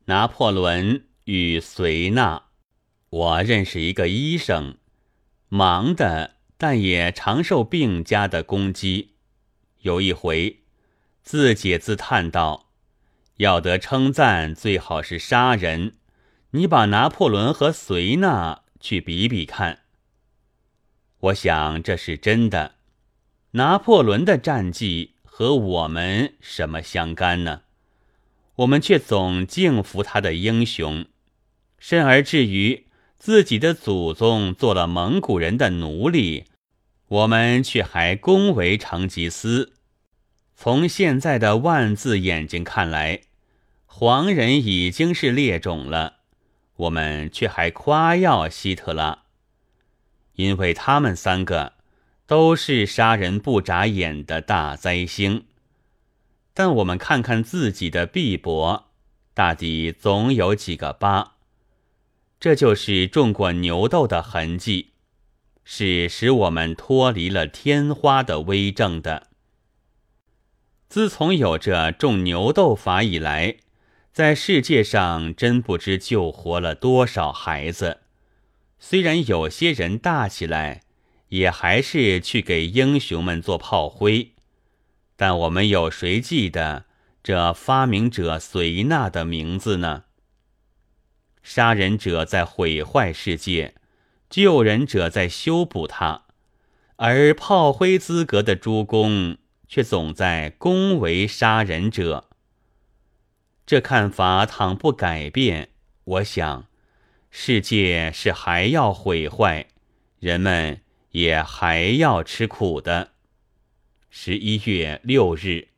拿破仑与隋纳。我认识一个医生，忙的但也常受病家的攻击。有一回自解自叹道，要得称赞最好是杀人，你把拿破仑和隋纳去比比看。我想这是真的，拿破仑的战绩和我们什么相干呢？我们却总敬服他的英雄，甚而至于自己的祖宗做了蒙古人的奴隶，我们却还恭维成吉思。从现在的万字眼睛看来，黄人已经是劣种了，我们却还夸耀希特拉，因为他们三个都是杀人不眨眼的大灾星。但我们看看自己的臂膊，大抵总有几个疤，这就是中过牛痘的痕迹，是使我们脱离了天花的威震的。自从有这中牛痘法以来，在世界上真不知救活了多少孩子。虽然有些人大起来，也还是去给英雄们做炮灰，但我们有谁记得这发明者隋纳的名字呢？杀人者在毁坏世界，救人者在修补它，而炮灰资格的诸公却总在恭维杀人者。这看法倘不改变，我想世界是还要毁坏，人们也还要吃苦的。11月6日。